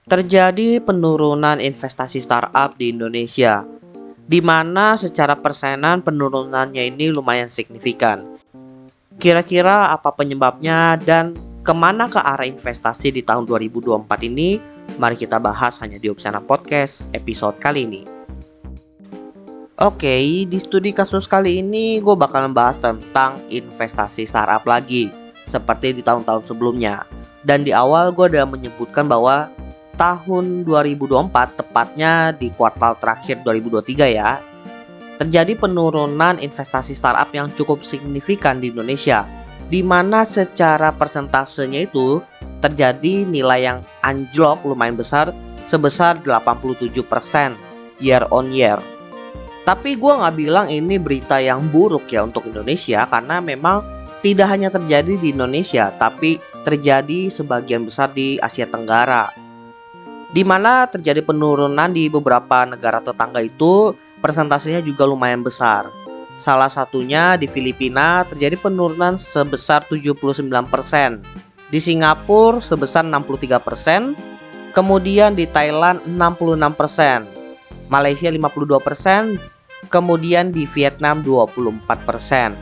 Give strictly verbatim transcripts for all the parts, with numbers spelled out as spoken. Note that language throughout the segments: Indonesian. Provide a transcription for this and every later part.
Terjadi penurunan investasi startup di Indonesia, di mana secara persenan penurunannya ini lumayan signifikan. Kira-kira apa penyebabnya dan kemana ke arah investasi di tahun dua ribu dua puluh empat ini? Mari kita bahas hanya di Opsiana Podcast episode kali ini. Oke, di studi kasus kali ini gue bakal membahas tentang investasi startup lagi, seperti di tahun-tahun sebelumnya. Dan di awal gue udah menyebutkan bahwa tahun dua ribu dua puluh empat, tepatnya di kuartal terakhir dua ribu dua puluh tiga ya, terjadi penurunan investasi startup yang cukup signifikan di Indonesia, di mana secara persentasenya itu terjadi nilai yang anjlok lumayan besar sebesar delapan puluh tujuh persen year on year. Tapi gue gak bilang ini berita yang buruk ya untuk Indonesia, karena memang tidak hanya terjadi di Indonesia, tapi terjadi sebagian besar di Asia Tenggara, di mana terjadi penurunan di beberapa negara tetangga itu persentasenya juga lumayan besar. Salah satunya di Filipina terjadi penurunan sebesar tujuh puluh sembilan persen, di Singapura sebesar enam puluh tiga persen, kemudian di Thailand enam puluh enam persen, Malaysia lima puluh dua persen, kemudian di Vietnam dua puluh empat persen.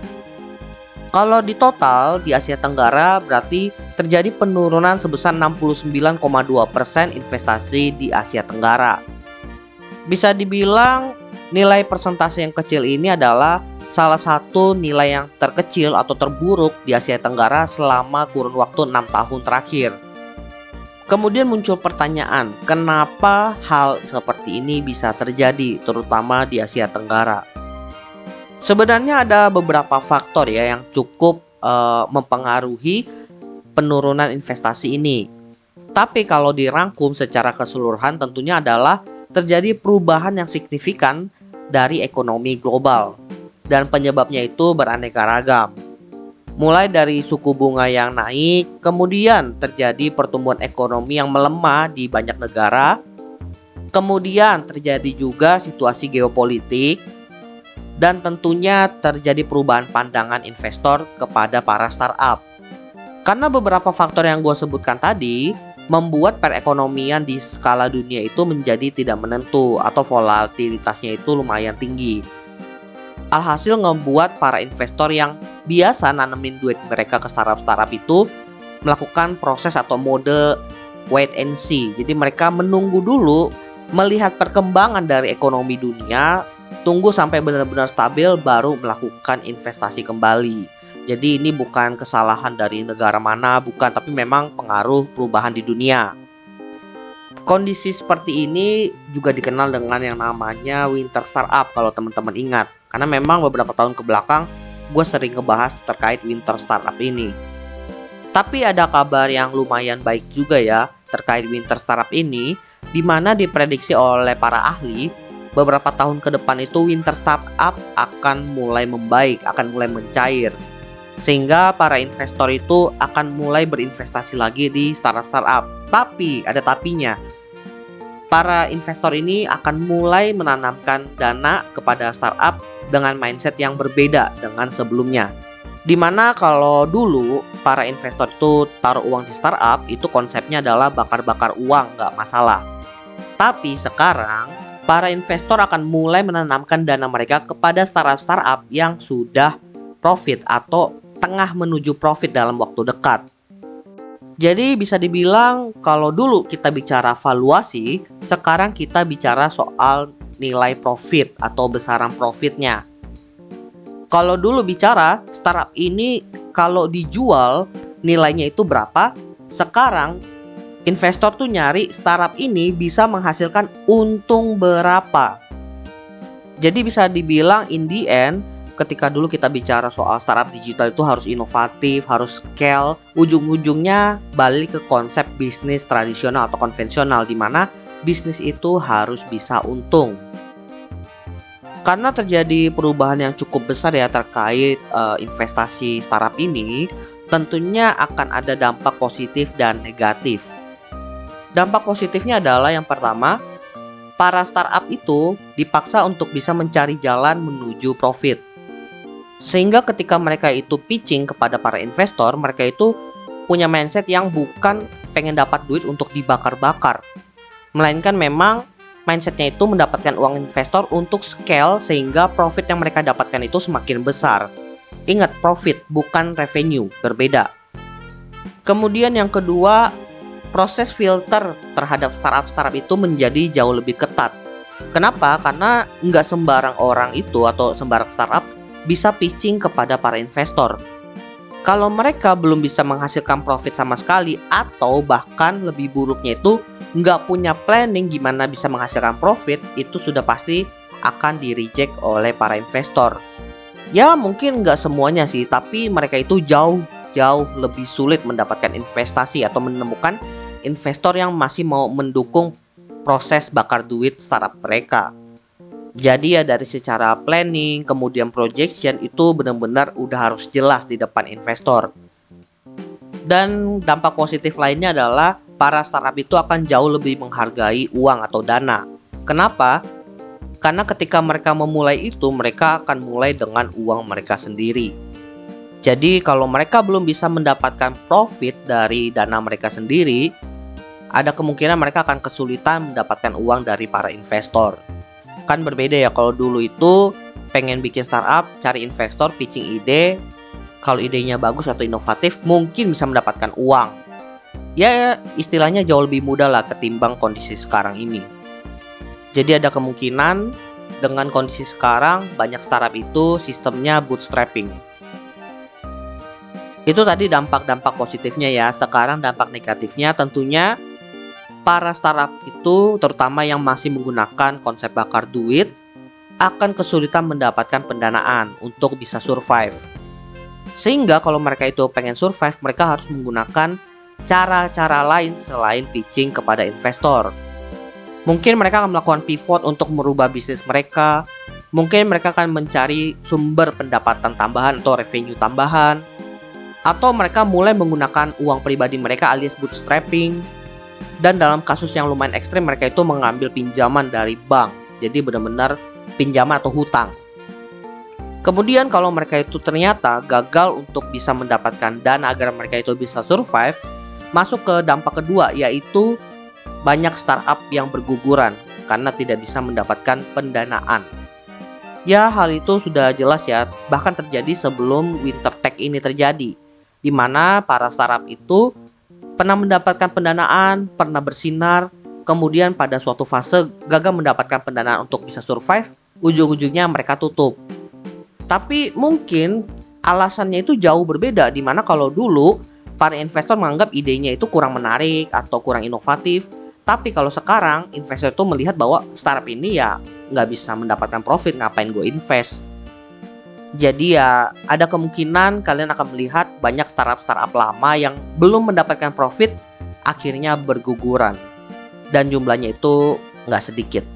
Kalau di total di Asia Tenggara berarti terjadi penurunan sebesar enam puluh sembilan koma dua persen investasi di Asia Tenggara. Bisa dibilang nilai persentase yang kecil ini adalah salah satu nilai yang terkecil atau terburuk di Asia Tenggara selama kurun waktu enam tahun terakhir. Kemudian muncul pertanyaan, kenapa hal seperti ini bisa terjadi terutama di Asia Tenggara? Sebenarnya ada beberapa faktor ya yang cukup uh, mempengaruhi penurunan investasi ini. Tapi kalau dirangkum secara keseluruhan tentunya adalah terjadi perubahan yang signifikan dari ekonomi global. Dan penyebabnya itu beraneka ragam. Mulai dari suku bunga yang naik, kemudian terjadi pertumbuhan ekonomi yang melemah di banyak negara. Kemudian terjadi juga situasi geopolitik. Dan tentunya terjadi perubahan pandangan investor kepada para startup. Karena beberapa faktor yang gue sebutkan tadi membuat perekonomian di skala dunia itu menjadi tidak menentu atau volatilitasnya itu lumayan tinggi. Alhasil membuat para investor yang biasa nanemin duit mereka ke startup-startup itu melakukan proses atau mode wait and see. Jadi mereka menunggu dulu melihat perkembangan dari ekonomi dunia, tunggu sampai benar-benar stabil baru melakukan investasi kembali. Jadi ini bukan kesalahan dari negara mana, bukan, tapi memang pengaruh perubahan di dunia. Kondisi seperti ini juga dikenal dengan yang namanya winter startup kalau teman-teman ingat. Karena memang beberapa tahun ke belakang gue sering ngebahas terkait winter startup ini. Tapi ada kabar yang lumayan baik juga ya terkait winter startup ini, di mana diprediksi oleh para ahli beberapa tahun ke depan itu winter startup akan mulai membaik, akan mulai mencair. Sehingga para investor itu akan mulai berinvestasi lagi di startup-startup. Tapi, ada tapinya. Para investor ini akan mulai menanamkan dana kepada startup dengan mindset yang berbeda dengan sebelumnya. Dimana kalau dulu para investor itu taruh uang di startup, itu konsepnya adalah bakar-bakar uang, nggak masalah. Tapi sekarang para investor akan mulai menanamkan dana mereka kepada startup-startup yang sudah profit atau tengah menuju profit dalam waktu dekat. Jadi bisa dibilang kalau dulu kita bicara valuasi, sekarang kita bicara soal nilai profit atau besaran profitnya. Kalau dulu bicara startup ini kalau dijual nilainya itu berapa, sekarang investor tuh nyari startup ini bisa menghasilkan untung berapa. Jadi bisa dibilang in the end, ketika dulu kita bicara soal startup digital itu harus inovatif, harus scale, ujung-ujungnya balik ke konsep bisnis tradisional atau konvensional, di mana bisnis itu harus bisa untung. Karena terjadi perubahan yang cukup besar ya terkait uh, investasi startup ini, tentunya akan ada dampak positif dan negatif. Dampak positifnya adalah yang pertama, para startup itu dipaksa untuk bisa mencari jalan menuju profit. Sehingga ketika mereka itu pitching kepada para investor, mereka itu punya mindset yang bukan pengen dapat duit untuk dibakar-bakar, melainkan memang mindsetnya itu mendapatkan uang investor untuk scale sehingga profit yang mereka dapatkan itu semakin besar. Ingat, profit bukan revenue, berbeda. Kemudian yang kedua, proses filter terhadap startup-startup itu menjadi jauh lebih ketat. Kenapa? Karena nggak sembarang orang itu atau sembarang startup bisa pitching kepada para investor. Kalau mereka belum bisa menghasilkan profit sama sekali, atau bahkan lebih buruknya itu nggak punya planning gimana bisa menghasilkan profit, itu sudah pasti akan di reject oleh para investor. Ya mungkin nggak semuanya sih, tapi mereka itu jauh jauh lebih sulit mendapatkan investasi atau menemukan investor yang masih mau mendukung proses bakar duit startup mereka. Jadi ya dari secara planning, kemudian projection itu benar-benar udah harus jelas di depan investor. Dan dampak positif lainnya adalah para startup itu akan jauh lebih menghargai uang atau dana. Kenapa? Karena ketika mereka memulai itu, mereka akan mulai dengan uang mereka sendiri. Jadi kalau mereka belum bisa mendapatkan profit dari dana mereka sendiri, ada kemungkinan mereka akan kesulitan mendapatkan uang dari para investor. Kan berbeda ya, kalau dulu itu pengen bikin startup, cari investor, pitching ide, kalau idenya bagus atau inovatif, mungkin bisa mendapatkan uang. Ya istilahnya jauh lebih mudah lah ketimbang kondisi sekarang ini. Jadi ada kemungkinan dengan kondisi sekarang banyak startup itu sistemnya bootstrapping. Itu tadi dampak-dampak positifnya ya. Sekarang dampak negatifnya tentunya para startup itu, terutama yang masih menggunakan konsep bakar duit, akan kesulitan mendapatkan pendanaan untuk bisa survive. Sehingga kalau mereka itu pengen survive, mereka harus menggunakan cara-cara lain selain pitching kepada investor. Mungkin mereka akan melakukan pivot untuk merubah bisnis mereka. Mungkin mereka akan mencari sumber pendapatan tambahan atau revenue tambahan. Atau mereka mulai menggunakan uang pribadi mereka alias bootstrapping. Dan dalam kasus yang lumayan ekstrim, mereka itu mengambil pinjaman dari bank. Jadi benar-benar pinjaman atau hutang. Kemudian kalau mereka itu ternyata gagal untuk bisa mendapatkan dana agar mereka itu bisa survive, masuk ke dampak kedua, yaitu banyak startup yang berguguran karena tidak bisa mendapatkan pendanaan. Ya hal itu sudah jelas ya, bahkan terjadi sebelum Winter Tech ini terjadi, di mana para startup itu pernah mendapatkan pendanaan, pernah bersinar, kemudian pada suatu fase gagal mendapatkan pendanaan untuk bisa survive, ujung-ujungnya mereka tutup. Tapi mungkin alasannya itu jauh berbeda, di mana kalau dulu para investor menganggap idenya itu kurang menarik atau kurang inovatif. Tapi kalau sekarang investor itu melihat bahwa startup ini ya nggak bisa mendapatkan profit, ngapain gue invest. Jadi ya ada kemungkinan kalian akan melihat banyak startup-startup lama yang belum mendapatkan profit akhirnya berguguran. Dan jumlahnya itu nggak sedikit.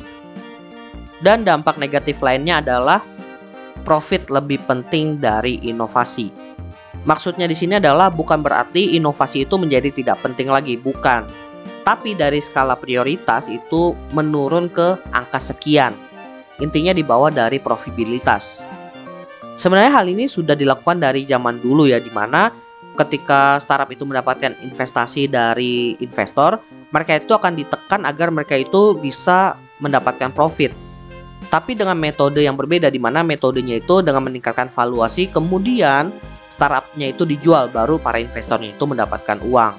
Dan dampak negatif lainnya adalah profit lebih penting dari inovasi. Maksudnya di sini adalah bukan berarti inovasi itu menjadi tidak penting lagi, bukan. Tapi dari skala prioritas itu menurun ke angka sekian. Intinya di bawah dari profitabilitas. Sebenarnya hal ini sudah dilakukan dari zaman dulu ya, dimana ketika startup itu mendapatkan investasi dari investor, mereka itu akan ditekan agar mereka itu bisa mendapatkan profit. Tapi dengan metode yang berbeda, dimana metodenya itu dengan meningkatkan valuasi, kemudian startupnya itu dijual, baru para investornya itu mendapatkan uang.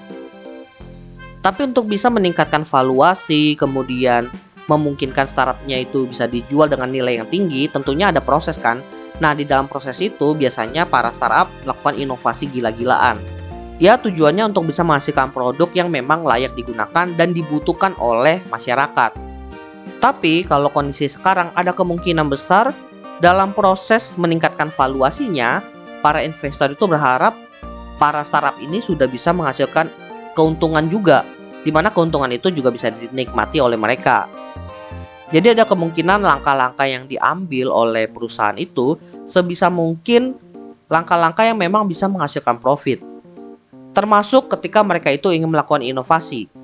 Tapi untuk bisa meningkatkan valuasi, kemudian memungkinkan startupnya itu bisa dijual dengan nilai yang tinggi, tentunya ada proses kan. Nah di dalam proses itu biasanya para startup melakukan inovasi gila-gilaan. Ya tujuannya untuk bisa menghasilkan produk yang memang layak digunakan dan dibutuhkan oleh masyarakat. Tapi kalau kondisi sekarang ada kemungkinan besar dalam proses meningkatkan valuasinya, para investor itu berharap para startup ini sudah bisa menghasilkan keuntungan juga, di mana keuntungan itu juga bisa dinikmati oleh mereka. Jadi ada kemungkinan langkah-langkah yang diambil oleh perusahaan itu sebisa mungkin langkah-langkah yang memang bisa menghasilkan profit. Termasuk ketika mereka itu ingin melakukan inovasi.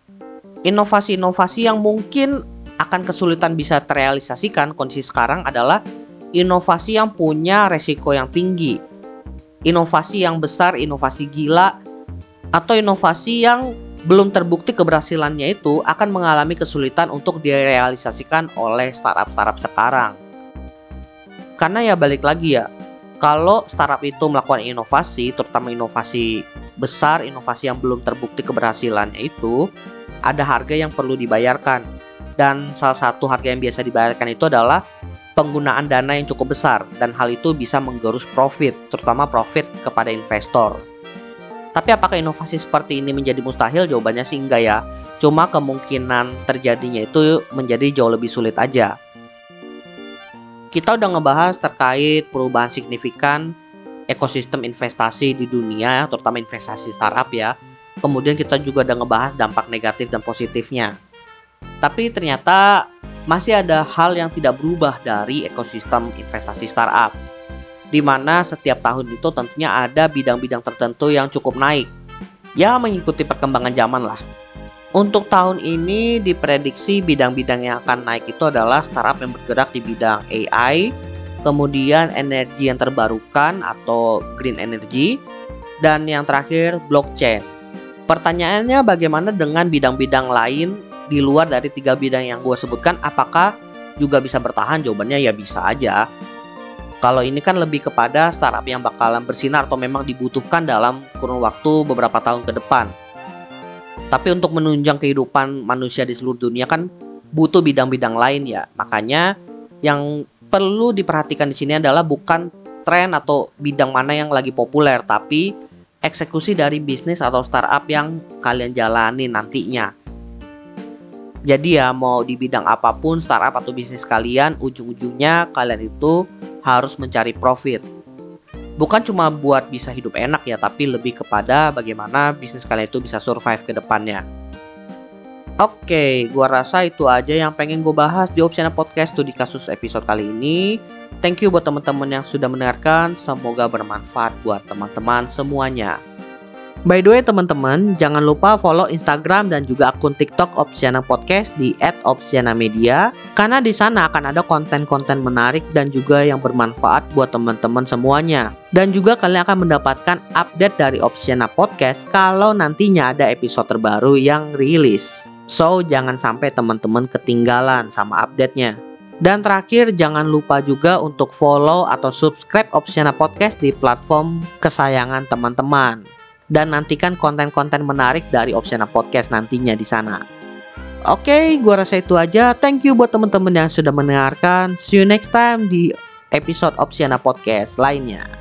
Inovasi-inovasi yang mungkin akan kesulitan bisa terrealisasikan kondisi sekarang adalah inovasi yang punya resiko yang tinggi. Inovasi yang besar, inovasi gila, atau inovasi yang belum terbukti keberhasilannya itu akan mengalami kesulitan untuk direalisasikan oleh startup-startup sekarang. Karena ya balik lagi ya, kalau startup itu melakukan inovasi, terutama inovasi besar, inovasi yang belum terbukti keberhasilannya itu, ada harga yang perlu dibayarkan. Dan salah satu harga yang biasa dibayarkan itu adalah penggunaan dana yang cukup besar, dan hal itu bisa menggerus profit, terutama profit kepada investor. Tapi apakah inovasi seperti ini menjadi mustahil? Jawabannya sih enggak ya. Cuma kemungkinan terjadinya itu menjadi jauh lebih sulit aja. Kita udah ngebahas terkait perubahan signifikan ekosistem investasi di dunia, terutama investasi startup ya. Kemudian kita juga udah ngebahas dampak negatif dan positifnya. Tapi ternyata masih ada hal yang tidak berubah dari ekosistem investasi startup, di mana setiap tahun itu tentunya ada bidang-bidang tertentu yang cukup naik, ya mengikuti perkembangan zaman lah. Untuk tahun ini diprediksi bidang-bidang yang akan naik itu adalah startup yang bergerak di bidang A I, kemudian energi yang terbarukan atau green energy, dan yang terakhir blockchain. Pertanyaannya bagaimana dengan bidang-bidang lain di luar dari tiga bidang yang gue sebutkan, apakah juga bisa bertahan? Jawabannya ya bisa aja. Kalau ini kan lebih kepada startup yang bakalan bersinar atau memang dibutuhkan dalam kurun waktu beberapa tahun ke depan. Tapi untuk menunjang kehidupan manusia di seluruh dunia kan butuh bidang-bidang lain ya. Makanya yang perlu diperhatikan di sini adalah bukan tren atau bidang mana yang lagi populer, tapi eksekusi dari bisnis atau startup yang kalian jalani nantinya. Jadi ya mau di bidang apapun startup atau bisnis kalian, ujung-ujungnya kalian itu harus mencari profit. Bukan cuma buat bisa hidup enak ya, tapi lebih kepada bagaimana bisnis kalian itu bisa survive ke depannya. Oke, gua rasa itu aja yang pengen gue bahas di Opsiana Podcast Studi Kasus episode kali ini. Thank you buat teman-teman yang sudah mendengarkan. Semoga bermanfaat buat teman-teman semuanya. By the way teman-teman, jangan lupa follow Instagram dan juga akun TikTok Opsiana Podcast di et opsiana media, karena di sana akan ada konten-konten menarik dan juga yang bermanfaat buat teman-teman semuanya. Dan juga kalian akan mendapatkan update dari Opsiana Podcast kalau nantinya ada episode terbaru yang rilis. So, jangan sampai teman-teman ketinggalan sama update-nya. Dan terakhir, jangan lupa juga untuk follow atau subscribe Opsiana Podcast di platform kesayangan teman-teman. Dan nantikan konten-konten menarik dari Opsiana Podcast nantinya di sana. Oke, gua rasa itu aja. Thank you buat teman-teman yang sudah mendengarkan. See you next time di episode Opsiana Podcast lainnya.